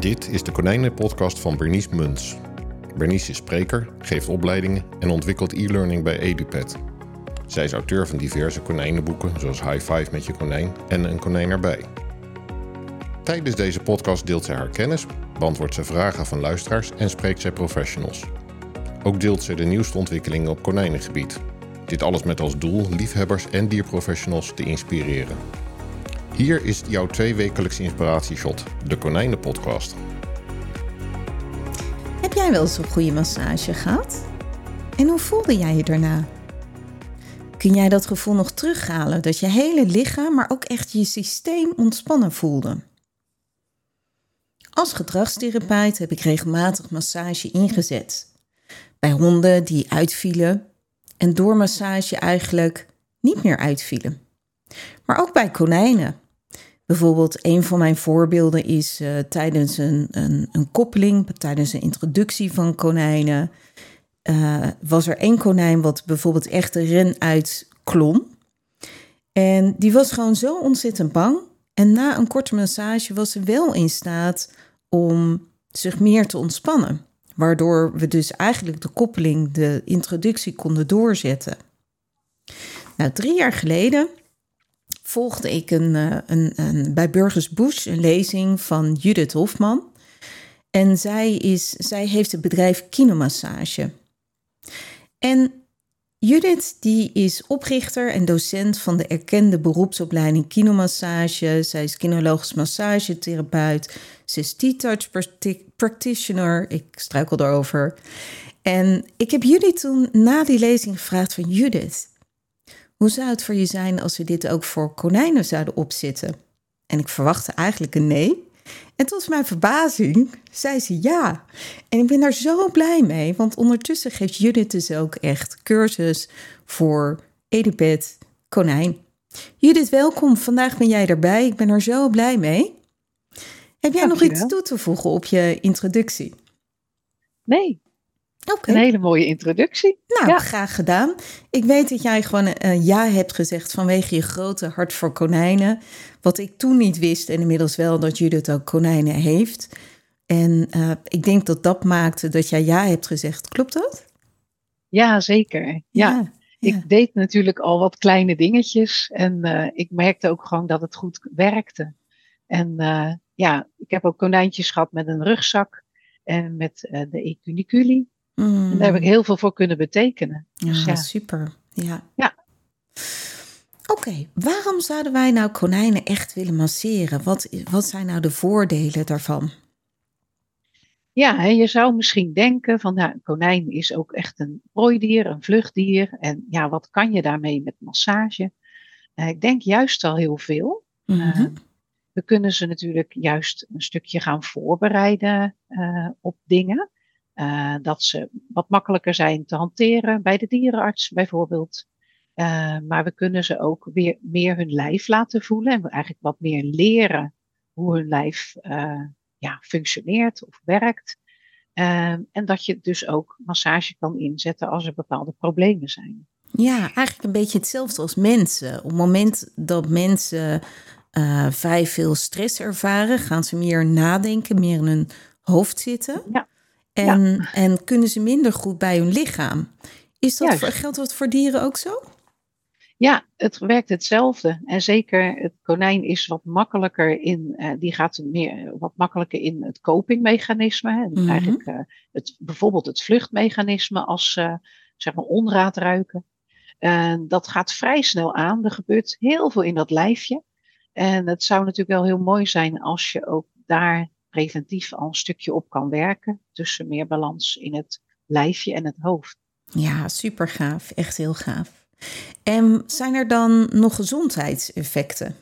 Dit is de Konijnenpodcast van Bernice Muns. Bernice is spreker, geeft opleidingen en ontwikkelt e-learning bij EduPet. Zij is auteur van diverse konijnenboeken zoals High Five met je konijn en Een konijn erbij. Tijdens deze podcast deelt zij haar kennis, beantwoordt ze vragen van luisteraars en spreekt zij professionals. Ook deelt ze de nieuwste ontwikkelingen op konijnengebied. Dit alles met als doel liefhebbers en dierprofessionals te inspireren. Hier is jouw 2-wekelijkse inspiratieshot, de Konijnenpodcast. Heb jij wel eens een goede massage gehad? En hoe voelde jij je daarna? Kun jij dat gevoel nog terughalen, dat je hele lichaam, maar ook echt je systeem ontspannen voelde? Als gedragstherapeut heb ik regelmatig massage ingezet. Bij honden die uitvielen en door massage eigenlijk niet meer uitvielen. Maar ook bij konijnen. Bijvoorbeeld een van mijn voorbeelden is tijdens een koppeling, tijdens een introductie van konijnen, was er één konijn wat bijvoorbeeld echt de ren uit klom. En die was gewoon zo ontzettend bang. En na een korte massage was ze wel in staat om zich meer te ontspannen. Waardoor we dus eigenlijk de koppeling, de introductie konden doorzetten. Nou, 3 jaar geleden volgde ik bij Burgers Bush een lezing van Judith Hofman. En zij heeft het bedrijf Kinomassage. En Judith die is oprichter en docent van de erkende beroepsopleiding Kinomassage. Zij is kinologisch massagetherapeut. Ze is T-touch practitioner. Ik struikel daarover. En ik heb Judith toen na die lezing gevraagd van Judith, hoe zou het voor je zijn als we dit ook voor konijnen zouden opzetten? En ik verwachtte eigenlijk een nee. En tot mijn verbazing zei ze ja. En ik ben daar zo blij mee, want ondertussen geeft Judith dus ook echt cursus voor EduPet konijn. Judith, welkom. Vandaag ben jij erbij. Ik ben er zo blij mee. Heb jij nog iets toe te voegen op je introductie? Nee. Okay. Een hele mooie introductie. Nou, ja. Graag gedaan. Ik weet dat jij gewoon ja hebt gezegd vanwege je grote hart voor konijnen. Wat ik toen niet wist en inmiddels wel dat Judith ook konijnen heeft. En ik denk dat dat maakte dat jij ja hebt gezegd. Klopt dat? Ja, zeker. Ja. Ik deed natuurlijk al wat kleine dingetjes. En ik merkte ook gewoon dat het goed werkte. En ik heb ook konijntjes gehad met een rugzak. En met de ecuniculi. En daar heb ik heel veel voor kunnen betekenen. Dus super. Ja. Oké, waarom zouden wij nou konijnen echt willen masseren? Wat zijn nou de voordelen daarvan? Ja, je zou misschien denken van een konijn is ook echt een prooidier, een vluchtdier. En ja, wat kan je daarmee met massage? Ik denk juist al heel veel. Mm-hmm. We kunnen ze natuurlijk juist een stukje gaan voorbereiden op dingen. Dat ze wat makkelijker zijn te hanteren bij de dierenarts bijvoorbeeld. Maar we kunnen ze ook weer meer hun lijf laten voelen. En eigenlijk wat meer leren hoe hun lijf functioneert of werkt. En dat je dus ook massage kan inzetten als er bepaalde problemen zijn. Ja, eigenlijk een beetje hetzelfde als mensen. Op het moment dat mensen vrij veel stress ervaren, gaan ze meer nadenken, meer in hun hoofd zitten. Ja. En kunnen ze minder goed bij hun lichaam. Geldt dat voor dieren ook zo? Ja, het werkt hetzelfde. En zeker het konijn is wat makkelijker wat makkelijker in het copingmechanisme. Mm-hmm. Eigenlijk bijvoorbeeld het vluchtmechanisme als onraad ruiken. Dat gaat vrij snel aan. Er gebeurt heel veel in dat lijfje. En het zou natuurlijk wel heel mooi zijn als je ook daar preventief al een stukje op kan werken. Tussen meer balans in het lijfje en het hoofd. Ja, super gaaf. Echt heel gaaf. En zijn er dan nog gezondheidseffecten?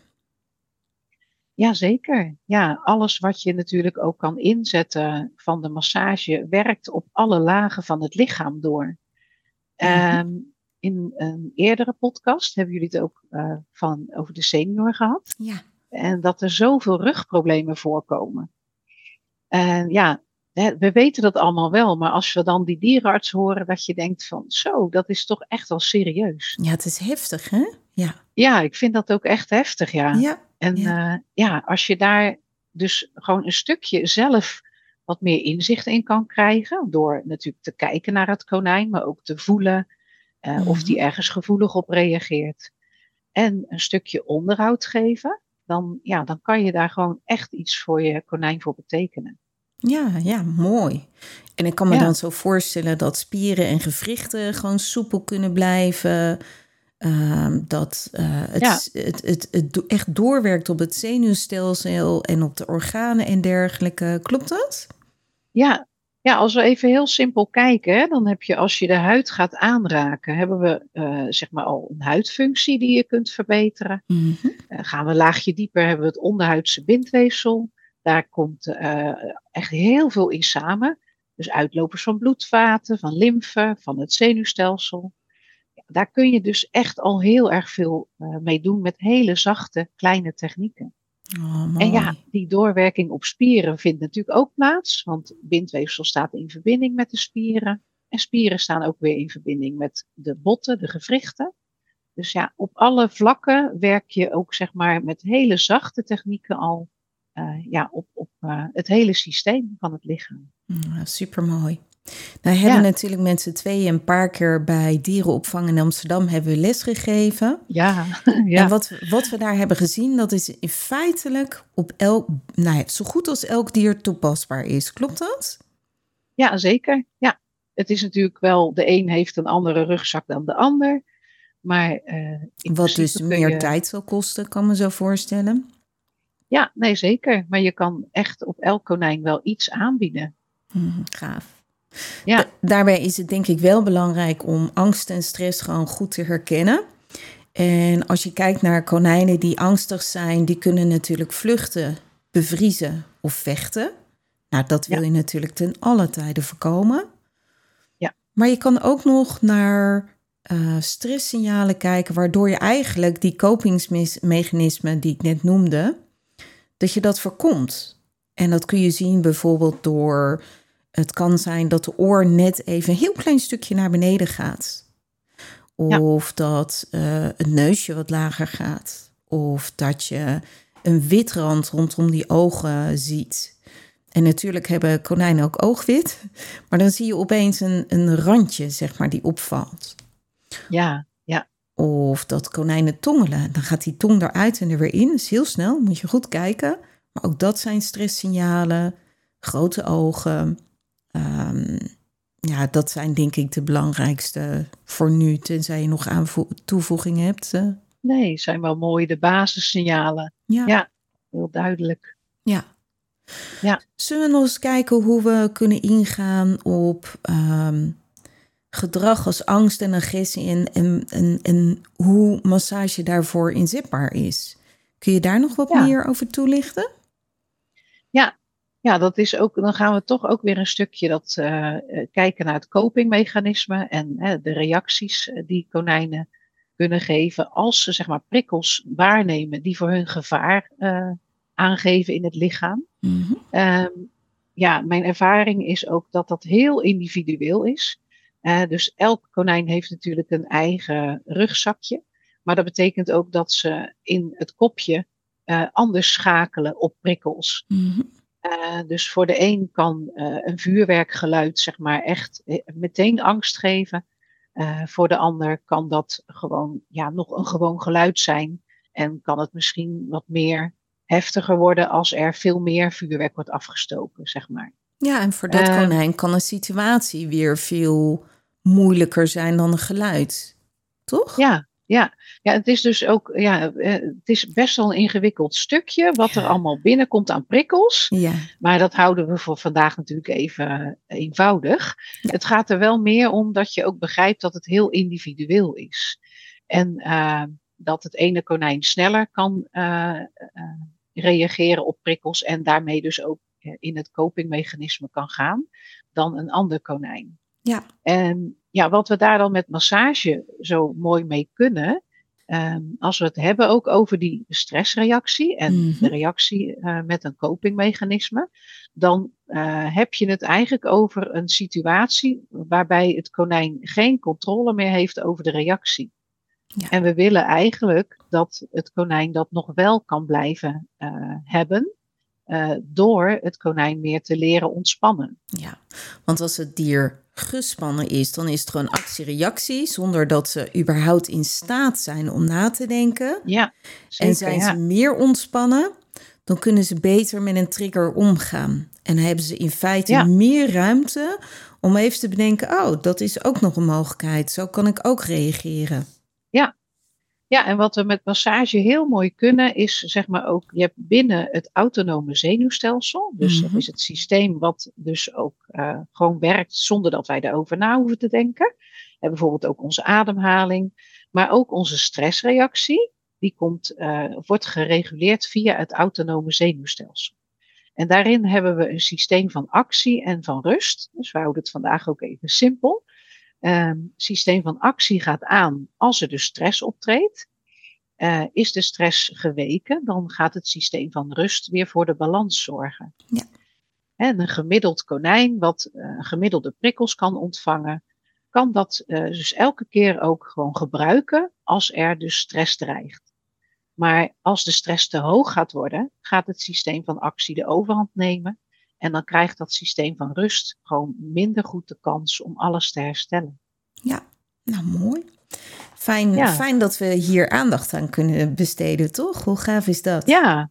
Jazeker. Ja, alles wat je natuurlijk ook kan inzetten van de massage werkt op alle lagen van het lichaam door. Mm-hmm. In een eerdere podcast hebben jullie het ook over de senior gehad. Ja. En dat er zoveel rugproblemen voorkomen. En we weten dat allemaal wel, maar als we dan die dierenarts horen, dat je denkt van zo, dat is toch echt wel serieus. Ja, het is heftig, hè? Ja, ik vind dat ook echt heftig, ja. Ja. En als je daar dus gewoon een stukje zelf wat meer inzicht in kan krijgen. Door natuurlijk te kijken naar het konijn, maar ook te voelen of die ergens gevoelig op reageert. En een stukje onderhoud geven. Dan kan je daar gewoon echt iets voor je konijn voor betekenen. Ja, mooi. En ik kan me Ja. dan zo voorstellen dat spieren en gewrichten gewoon soepel kunnen blijven. Dat het echt doorwerkt op het zenuwstelsel en op de organen en dergelijke. Klopt dat? Ja, als we even heel simpel kijken, hè, dan heb je als je de huid gaat aanraken, hebben we zeg maar al een huidfunctie die je kunt verbeteren. Gaan we een laagje dieper, hebben we het onderhuidse bindweefsel. Daar komt echt heel veel in samen. Dus uitlopers van bloedvaten, van lymfe, van het zenuwstelsel. Ja, daar kun je dus echt al heel erg veel mee doen met hele zachte, kleine technieken. Oh, mooi. En ja, die doorwerking op spieren vindt natuurlijk ook plaats. Want bindweefsel staat in verbinding met de spieren. En spieren staan ook weer in verbinding met de botten, de gewrichten. Dus ja, op alle vlakken werk je ook zeg maar met hele zachte technieken al op het hele systeem van het lichaam. Supermooi. Nou hebben natuurlijk met z'n tweeën een paar keer bij dierenopvang in Amsterdam hebben we lesgegeven. Ja. En wat we daar hebben gezien, dat is in feitelijk op zo goed als elk dier toepasbaar is. Klopt dat? Ja, zeker. Ja, het is natuurlijk wel, de een heeft een andere rugzak dan de ander. Maar wat dus meer tijd zal kosten, kan me zo voorstellen. Ja, nee, zeker. Maar je kan echt op elk konijn wel iets aanbieden. Gaaf. Ja. Daarbij is het denk ik wel belangrijk om angst en stress gewoon goed te herkennen. En als je kijkt naar konijnen die angstig zijn, die kunnen natuurlijk vluchten, bevriezen of vechten. Nou, dat wil je natuurlijk ten alle tijde voorkomen. Ja. Maar je kan ook nog naar stresssignalen kijken, waardoor je eigenlijk die kopingsmechanismen die ik net noemde, dat je dat voorkomt. En dat kun je zien bijvoorbeeld door, het kan zijn dat de oor net even een heel klein stukje naar beneden gaat. Of dat het neusje wat lager gaat. Of dat je een witrand rondom die ogen ziet. En natuurlijk hebben konijnen ook oogwit. Maar dan zie je opeens een randje, zeg maar, die opvalt. Ja. Of dat konijnen tongelen. Dan gaat die tong eruit en er weer in. Dat is heel snel, moet je goed kijken. Maar ook dat zijn stresssignalen. Grote ogen. Dat zijn denk ik de belangrijkste voor nu. Tenzij je nog toevoegingen hebt. Nee, zijn wel mooi de basissignalen. Ja, heel duidelijk. Ja. Ja. Zullen we nog eens kijken hoe we kunnen ingaan op gedrag als angst en agressie en hoe massage daarvoor inzetbaar is? Kun je daar nog wat meer over toelichten? Ja, dat is ook, dan gaan we toch ook weer een stukje kijken naar het copingmechanisme en de reacties die konijnen kunnen geven als ze zeg maar prikkels waarnemen die voor hun gevaar aangeven in het lichaam. Mijn ervaring is ook dat dat heel individueel is. Dus elk konijn heeft natuurlijk een eigen rugzakje. Maar dat betekent ook dat ze in het kopje anders schakelen op prikkels. Dus voor de een kan een vuurwerkgeluid zeg maar echt meteen angst geven. Voor de ander kan dat gewoon nog een gewoon geluid zijn. En kan het misschien wat meer heftiger worden als er veel meer vuurwerk wordt afgestoken, zeg maar. Ja, en voor dat konijn kan een situatie weer veel moeilijker zijn dan een geluid. Toch? Ja, het is dus ook, het is best wel een ingewikkeld stukje wat er allemaal binnenkomt aan prikkels. Ja. Maar dat houden we voor vandaag natuurlijk even eenvoudig. Ja. Het gaat er wel meer om dat je ook begrijpt dat het heel individueel is. En dat het ene konijn sneller kan reageren op prikkels en daarmee dus ook in het copingmechanisme kan gaan dan een ander konijn. Ja. En wat we daar dan met massage zo mooi mee kunnen, als we het hebben ook over die stressreactie en de reactie met een copingmechanisme, dan heb je het eigenlijk over een situatie waarbij het konijn geen controle meer heeft over de reactie. Ja. En we willen eigenlijk dat het konijn dat nog wel kan blijven hebben. door het konijn meer te leren ontspannen. Ja, want als het dier gespannen is, dan is het gewoon actie-reactie, zonder dat ze überhaupt in staat zijn om na te denken. Ja, zeker, en zijn ze meer ontspannen, dan kunnen ze beter met een trigger omgaan. En hebben ze in feite meer ruimte om even te bedenken, oh, dat is ook nog een mogelijkheid. Zo kan ik ook reageren. Ja, en wat we met massage heel mooi kunnen is, zeg maar ook, je hebt binnen het autonome zenuwstelsel, dus dat is het systeem wat dus ook gewoon werkt zonder dat wij erover na hoeven te denken. En bijvoorbeeld ook onze ademhaling, maar ook onze stressreactie, die wordt gereguleerd via het autonome zenuwstelsel. En daarin hebben we een systeem van actie en van rust. Dus we houden het vandaag ook even simpel. Systeem van actie gaat aan als er dus stress optreedt. Is de stress geweken, dan gaat het systeem van rust weer voor de balans zorgen. Ja. En een gemiddeld konijn, wat gemiddelde prikkels kan ontvangen, kan dat dus elke keer ook gewoon gebruiken als er dus stress dreigt. Maar als de stress te hoog gaat worden, gaat het systeem van actie de overhand nemen. En dan krijgt dat systeem van rust gewoon minder goed de kans om alles te herstellen. Ja, nou mooi. Fijn dat we hier aandacht aan kunnen besteden, toch? Hoe gaaf is dat?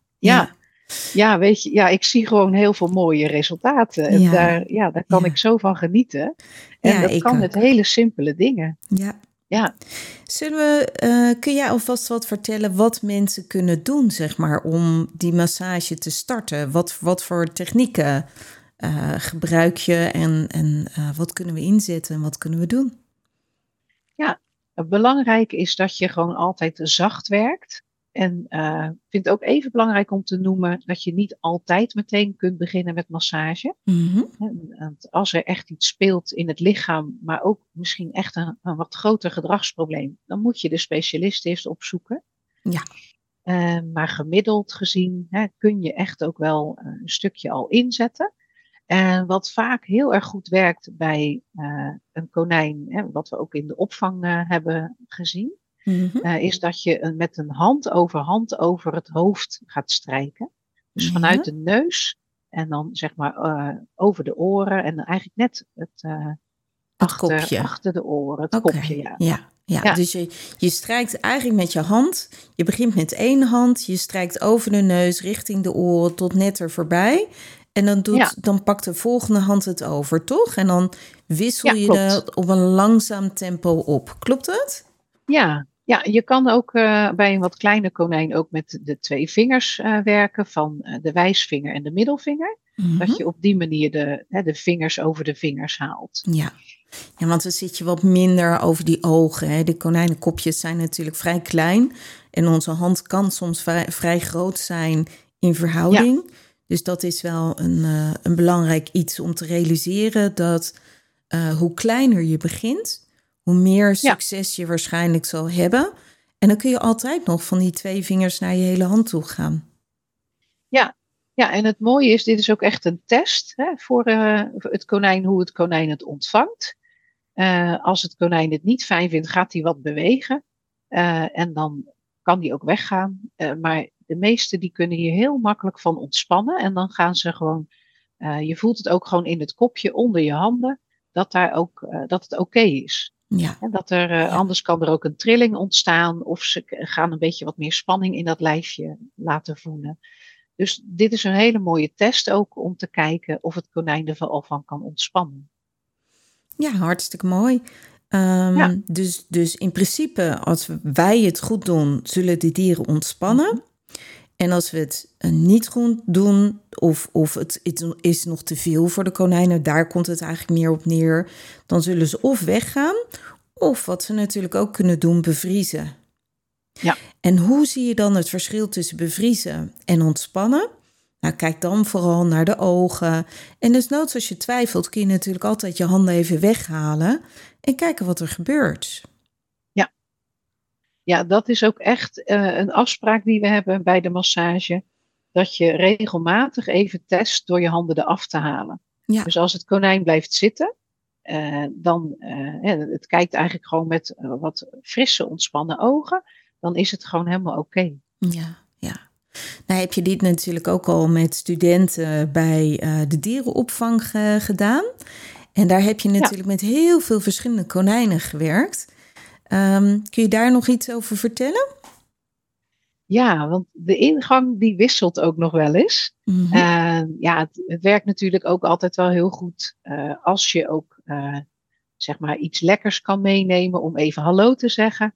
Ja, weet je, ik zie gewoon heel veel mooie resultaten. En daar kan ik zo van genieten. En dat kan met hele simpele dingen. Ja. Kun jij alvast wat vertellen wat mensen kunnen doen, zeg maar, om die massage te starten? Wat voor technieken gebruik je en wat kunnen we inzetten en wat kunnen we doen? Ja, belangrijk is dat je gewoon altijd zacht werkt. En ik vind het ook even belangrijk om te noemen dat je niet altijd meteen kunt beginnen met massage. En als er echt iets speelt in het lichaam, maar ook misschien echt een wat groter gedragsprobleem, dan moet je de specialist eerst opzoeken. Ja. Maar gemiddeld gezien kun je echt ook wel een stukje al inzetten. En wat vaak heel erg goed werkt bij een konijn, wat we ook in de opvang hebben gezien, is dat je met een hand over het hoofd gaat strijken. Dus vanuit de neus en dan zeg maar over de oren en dan eigenlijk net achter de oren, het kopje. Ja, dus je strijkt eigenlijk met je hand. Je begint met één hand, je strijkt over de neus richting de oren tot net er voorbij. En dan pakt de volgende hand het over, toch? En dan wissel je dat op een langzaam tempo op. Klopt dat? Ja, je kan ook bij een wat kleiner konijn ook met de 2 vingers werken, van de wijsvinger en de middelvinger. Dat je op die manier de vingers over de vingers haalt. Ja, want dan zit je wat minder over die ogen. Hè? De konijnenkopjes zijn natuurlijk vrij klein. En onze hand kan soms vrij groot zijn in verhouding. Ja. Dus dat is wel een belangrijk iets om te realiseren. Dat hoe kleiner je begint, hoe meer succes je waarschijnlijk zal hebben. En dan kun je altijd nog van die 2 vingers naar je hele hand toe gaan. Ja, en het mooie is, dit is ook echt een test voor het konijn, hoe het konijn het ontvangt. Als het konijn het niet fijn vindt, gaat hij wat bewegen. En dan kan die ook weggaan. Maar de meesten die kunnen hier heel makkelijk van ontspannen. En dan gaan ze gewoon, je voelt het ook gewoon in het kopje onder je handen, dat het oké is. Ja. En dat anders kan er ook een trilling ontstaan. Of ze gaan een beetje wat meer spanning in dat lijfje laten voelen. Dus dit is een hele mooie test ook om te kijken of het konijn er al van kan ontspannen. Ja, hartstikke mooi. Dus in principe, als wij het goed doen, zullen de dieren ontspannen. En als we het niet goed doen, of het is nog te veel voor de konijnen, daar komt het eigenlijk meer op neer, dan zullen ze of weggaan, of wat ze natuurlijk ook kunnen doen, bevriezen. Ja. En hoe zie je dan het verschil tussen bevriezen en ontspannen? Nou, kijk dan vooral naar de ogen. En desnoods als je twijfelt, kun je natuurlijk altijd je handen even weghalen en kijken wat er gebeurt. Ja, dat is ook echt een afspraak die we hebben bij de massage. Dat je regelmatig even test door je handen eraf te halen. Ja. Dus als het konijn blijft zitten, dan het kijkt eigenlijk gewoon met wat frisse, ontspannen ogen. Dan is het gewoon helemaal oké. Ja. Nou heb je dit natuurlijk ook al met studenten bij de dierenopvang gedaan. En daar heb je natuurlijk met heel veel verschillende konijnen gewerkt. Kun je daar nog iets over vertellen? Ja, want de ingang die wisselt ook nog wel eens. Mm-hmm. Het werkt natuurlijk ook altijd wel heel goed als je ook zeg maar iets lekkers kan meenemen om even hallo te zeggen.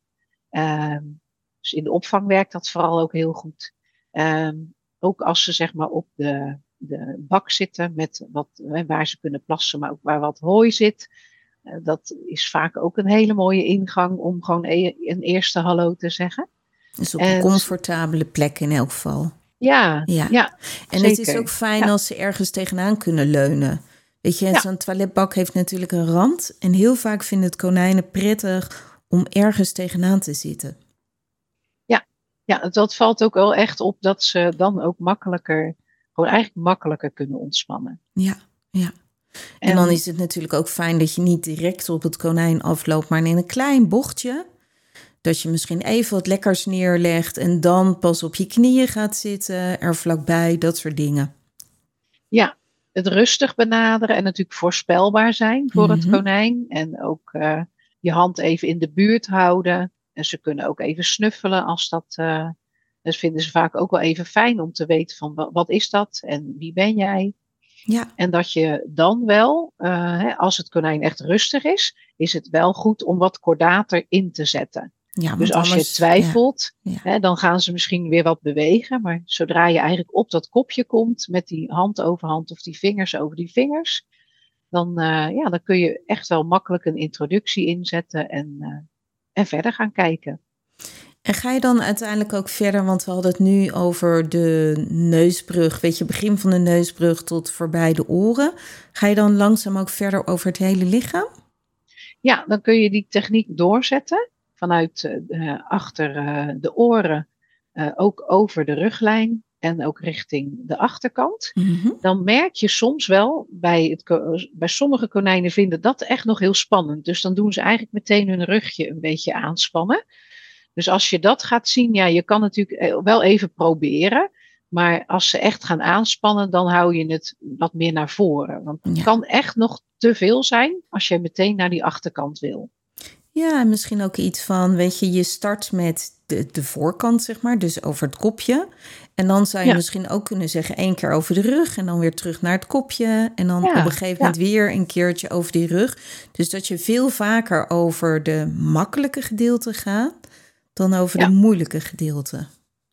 Dus in de opvang werkt dat vooral ook heel goed. Ook als ze zeg maar op de bak zitten met waar ze kunnen plassen, maar ook waar wat hooi zit. Dat is vaak ook een hele mooie ingang om gewoon een eerste hallo te zeggen. Dus op een comfortabele plek in elk geval. Ja. En zeker. Het is ook fijn als ze ergens tegenaan kunnen leunen. Weet je, zo'n toiletbak heeft natuurlijk een rand. En heel vaak vinden het konijnen prettig om ergens tegenaan te zitten. Ja, dat valt ook wel echt op dat ze dan ook makkelijker kunnen ontspannen. Ja. En dan is het natuurlijk ook fijn dat je niet direct op het konijn afloopt, maar in een klein bochtje. Dat je misschien even wat lekkers neerlegt en dan pas op je knieën gaat zitten, er vlakbij, dat soort dingen. Ja, het rustig benaderen en natuurlijk voorspelbaar zijn voor het konijn. En ook je hand even in de buurt houden. En ze kunnen ook even snuffelen als dat vinden ze vaak ook wel even fijn om te weten van wat is dat en wie ben jij. Ja. En dat je dan wel, als het konijn echt rustig is het wel goed om wat kordater in te zetten. Ja, dus als je twijfelt, dan gaan ze misschien weer wat bewegen. Maar zodra je eigenlijk op dat kopje komt met die hand over hand of die vingers over die vingers, dan kun je echt wel makkelijk een introductie inzetten en verder gaan kijken. En ga je dan uiteindelijk ook verder, want we hadden het nu over de neusbrug, weet je, begin van de neusbrug tot voorbij de oren. Ga je dan langzaam ook verder over het hele lichaam? Ja, dan kun je die techniek doorzetten vanuit achter de oren, ook over de ruglijn en ook richting de achterkant. Mm-hmm. Dan merk je soms wel, bij sommige konijnen vinden dat echt nog heel spannend. Dus dan doen ze eigenlijk meteen hun rugje een beetje aanspannen. Dus als je dat gaat zien, je kan natuurlijk wel even proberen. Maar als ze echt gaan aanspannen, dan hou je het wat meer naar voren. Want het kan echt nog te veel zijn als je meteen naar die achterkant wil. Ja, en misschien ook iets van, weet je start met de voorkant, zeg maar, dus over het kopje. En dan zou je misschien ook kunnen zeggen 1 keer over de rug en dan weer terug naar het kopje. En dan op een gegeven moment weer een keertje over die rug. Dus dat je veel vaker over de makkelijke gedeelte gaat dan over de moeilijke gedeelte.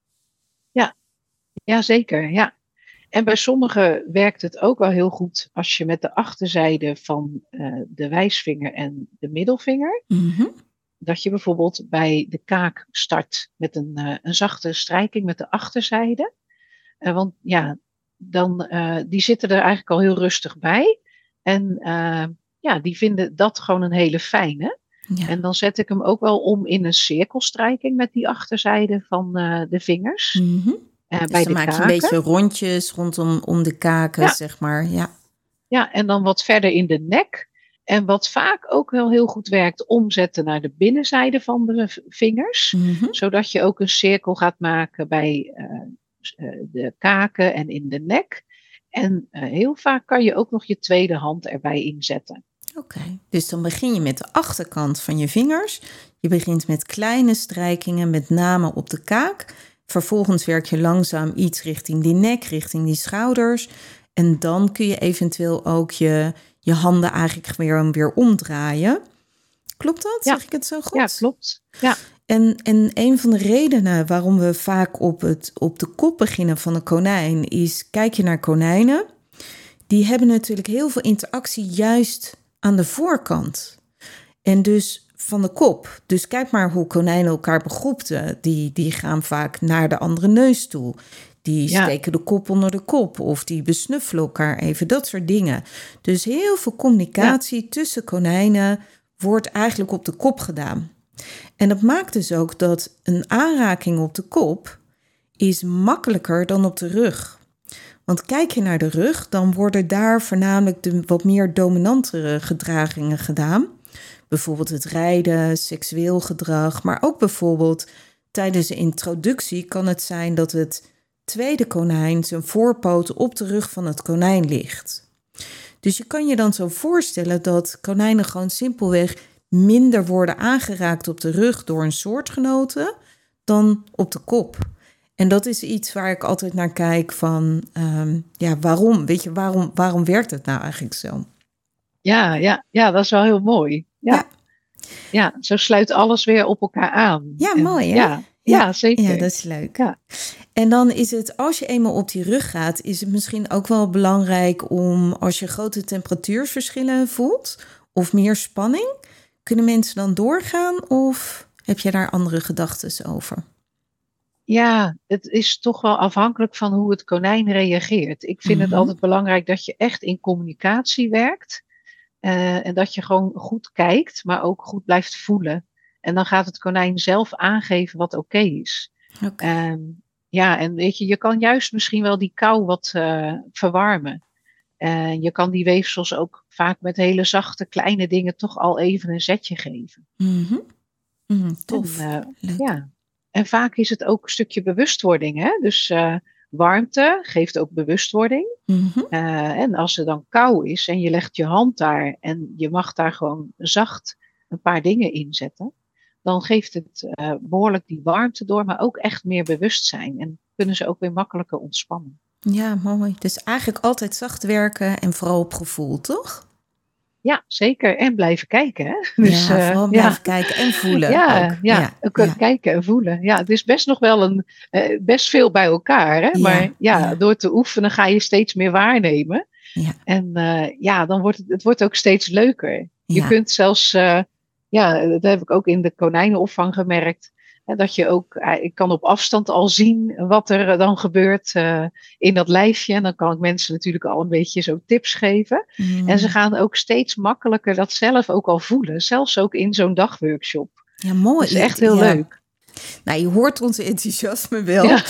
Ja, zeker. Ja. En bij sommigen werkt het ook wel heel goed als je met de achterzijde van de wijsvinger en de middelvinger, dat je bijvoorbeeld bij de kaak start met een zachte strijking met de achterzijde. Want dan die zitten er eigenlijk al heel rustig bij. En die vinden dat gewoon een hele fijne. Ja. En dan zet ik hem ook wel om in een cirkelstrijking met die achterzijde van de vingers. Dus bij dan de maak kaken. je een beetje rondjes rondom de kaken, zeg maar. Ja, en dan wat verder in de nek. En wat vaak ook wel heel goed werkt, omzetten naar de binnenzijde van de vingers. Zodat je ook een cirkel gaat maken bij de kaken en in de nek. En heel vaak kan je ook nog je tweede hand erbij inzetten. Oké, dus dan begin je met de achterkant van je vingers. Je begint met kleine strijkingen, met name op de kaak. Vervolgens werk je langzaam iets richting die nek, richting die schouders. En dan kun je eventueel ook je handen eigenlijk weer omdraaien. Klopt dat? Ja. Zeg ik het zo goed? Ja, klopt. Ja. En een van de redenen waarom we vaak op de kop beginnen van een konijn is, kijk je naar konijnen, die hebben natuurlijk heel veel interactie juist aan de voorkant. En dus van de kop. Dus kijk maar hoe konijnen elkaar begroepten. Die gaan vaak naar de andere neus toe. Die steken de kop onder de kop. Of die besnuffelen elkaar even. Dat soort dingen. Dus heel veel communicatie tussen konijnen wordt eigenlijk op de kop gedaan. En dat maakt dus ook dat een aanraking op de kop is makkelijker dan op de rug. Want kijk je naar de rug, dan worden daar voornamelijk de wat meer dominantere gedragingen gedaan. Bijvoorbeeld het rijden, seksueel gedrag, maar ook bijvoorbeeld tijdens de introductie kan het zijn dat het tweede konijn zijn voorpoot op de rug van het konijn ligt. Dus je kan je dan zo voorstellen dat konijnen gewoon simpelweg minder worden aangeraakt op de rug door een soortgenote dan op de kop. En dat is iets waar ik altijd naar kijk van, waarom? Weet je, waarom werkt het nou eigenlijk zo? Ja, dat is wel heel mooi. Ja, zo sluit alles weer op elkaar aan. Ja, mooi hè? Ja, zeker. Ja, dat is leuk. Ja. En dan is het, als je eenmaal op die rug gaat, is het misschien ook wel belangrijk om, als je grote temperatuurverschillen voelt of meer spanning, kunnen mensen dan doorgaan of heb je daar andere gedachten over? Ja, het is toch wel afhankelijk van hoe het konijn reageert. Ik vind het altijd belangrijk dat je echt in communicatie werkt. En dat je gewoon goed kijkt, maar ook goed blijft voelen. En dan gaat het konijn zelf aangeven wat oké is. Okay. En weet je kan juist misschien wel die kou wat verwarmen. Je kan die weefsels ook vaak met hele zachte kleine dingen toch al even een zetje geven. Tof. En vaak is het ook een stukje bewustwording. Hè? Dus warmte geeft ook bewustwording. En als er dan kou is en je legt je hand daar en je mag daar gewoon zacht een paar dingen in zetten, dan geeft het behoorlijk die warmte door, maar ook echt meer bewustzijn. En kunnen ze ook weer makkelijker ontspannen. Ja, mooi. Dus eigenlijk altijd zacht werken en vooral op gevoel, toch? Ja, zeker. En blijven kijken. Hè? Dus, vooral blijven kijken en voelen. Kijken en voelen. Ja, het is best nog wel best veel bij elkaar. Hè? Maar door te oefenen ga je steeds meer waarnemen. Ja. En dan wordt het wordt ook steeds leuker. Je kunt zelfs, dat heb ik ook in de konijnenopvang gemerkt, dat je ook, ik kan op afstand al zien wat er dan gebeurt in dat lijfje. En dan kan ik mensen natuurlijk al een beetje zo tips geven. En ze gaan ook steeds makkelijker dat zelf ook al voelen. Zelfs ook in zo'n dagworkshop. Ja, mooi. Dat is echt heel leuk. Nou, je hoort ons enthousiasme wel. Ja.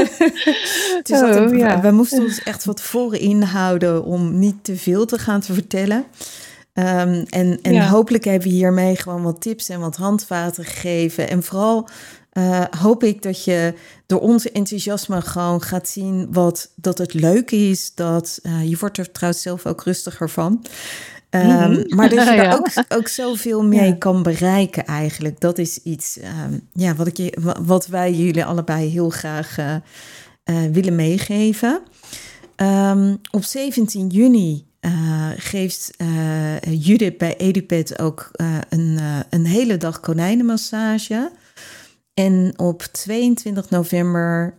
We moesten ons echt van tevoren inhouden om niet te veel te gaan vertellen. Hopelijk hebben we hiermee gewoon wat tips en wat handvaten gegeven. En vooral hoop ik dat je door ons enthousiasme gewoon gaat zien dat het leuk is. Je wordt er trouwens zelf ook rustiger van. Maar dat je er ook zoveel mee kan bereiken eigenlijk. Dat is iets wat wij jullie allebei heel graag willen meegeven. Op 17 juni geeft Judith bij EduPet ook een hele dag konijnenmassage. En op 22 november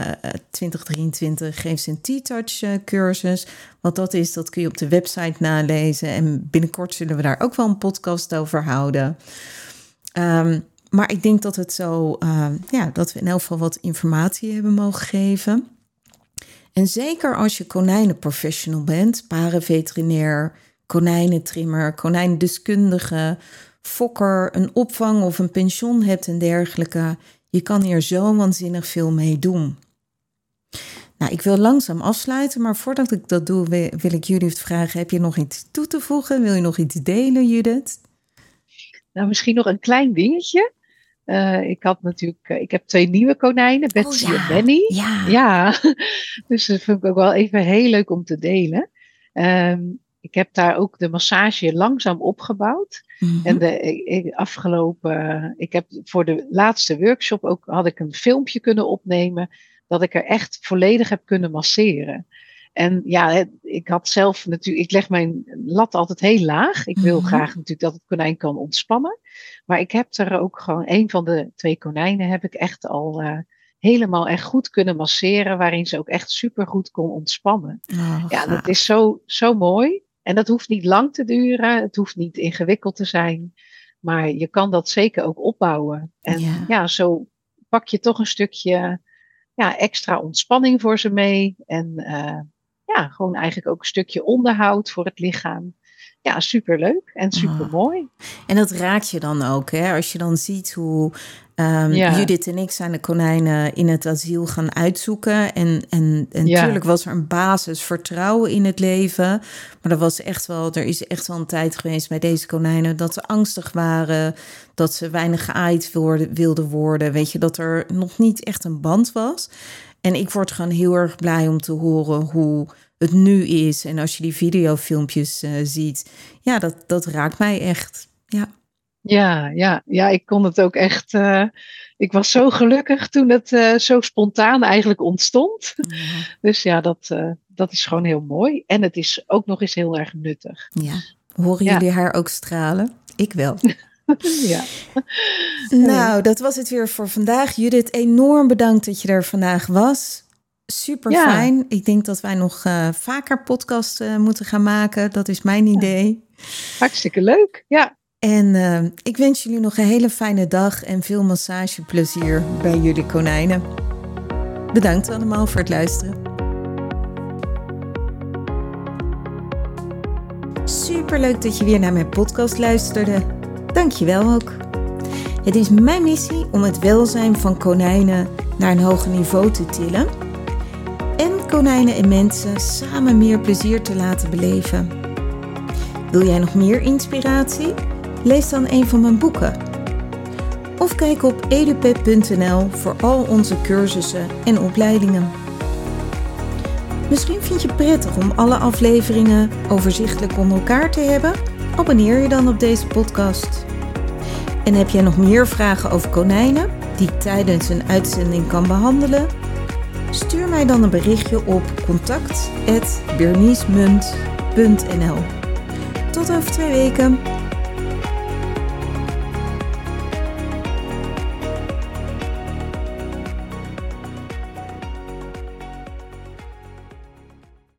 2023 geeft ze een T-Touch cursus. Wat dat is, dat kun je op de website nalezen. En binnenkort zullen we daar ook wel een podcast over houden. Maar ik denk dat het zo, dat we in elk geval wat informatie hebben mogen geven. En zeker als je konijnenprofessional bent, parenveterinair, konijnentrimmer, konijnendeskundige, fokker, een opvang of een pension hebt en dergelijke. Je kan hier zo waanzinnig veel mee doen. Nou, ik wil langzaam afsluiten, maar voordat ik dat doe, wil ik Judith vragen, heb je nog iets toe te voegen? Wil je nog iets delen, Judith? Nou, misschien nog een klein dingetje. Ik heb 2 nieuwe konijnen, Betsy en Benny. Ja, dus dat vind ik ook wel even heel leuk om te delen. Ik heb daar ook de massage langzaam opgebouwd. En ik heb voor de laatste workshop had ik een filmpje kunnen opnemen dat ik er echt volledig heb kunnen masseren. En ik had zelf natuurlijk, ik leg mijn lat altijd heel laag. Ik wil graag natuurlijk dat het konijn kan ontspannen. Maar ik heb er ook gewoon, een van de 2 konijnen heb ik echt al helemaal echt goed kunnen masseren, waarin ze ook echt super goed kon ontspannen. Dat is zo mooi. En dat hoeft niet lang te duren. Het hoeft niet ingewikkeld te zijn. Maar je kan dat zeker ook opbouwen. En zo pak je toch een stukje extra ontspanning voor ze mee. En gewoon eigenlijk ook een stukje onderhoud voor het lichaam. Ja, superleuk en supermooi. En dat raakt je dan ook, hè? Als je dan ziet hoe Judith en ik zijn de konijnen in het asiel gaan uitzoeken. En natuurlijk was er een basis vertrouwen in het leven. Maar er is echt wel een tijd geweest bij deze konijnen dat ze angstig waren. Dat ze weinig geaaid wilden worden. Weet je, dat er nog niet echt een band was. En ik word gewoon heel erg blij om te horen hoe het nu is. En als je die videofilmpjes ziet, ja, dat raakt mij echt. Ja, ik kon het ook echt. Ik was zo gelukkig toen het zo spontaan eigenlijk ontstond. Ja. Dus ja, dat is gewoon heel mooi. En het is ook nog eens heel erg nuttig. Ja. Horen jullie haar ook stralen? Ik wel. Ja. Nou, dat was het weer voor vandaag. Judith, enorm bedankt dat je er vandaag was. Super fijn. Ik denk dat wij nog vaker podcasts moeten gaan maken. Dat is mijn idee. Hartstikke leuk, ja. En ik wens jullie nog een hele fijne dag en veel massageplezier bij jullie konijnen. Bedankt allemaal voor het luisteren. Superleuk dat je weer naar mijn podcast luisterde. Dank je wel ook. Het is mijn missie om het welzijn van konijnen naar een hoger niveau te tillen. En konijnen en mensen samen meer plezier te laten beleven. Wil jij nog meer inspiratie? Lees dan een van mijn boeken. Of kijk op edupet.nl voor al onze cursussen en opleidingen. Misschien vind je het prettig om alle afleveringen overzichtelijk onder elkaar te hebben? Abonneer je dan op deze podcast. En heb jij nog meer vragen over konijnen die ik tijdens een uitzending kan behandelen? Stuur mij dan een berichtje op contact@berniesmunt.nl. Tot over 2 weken.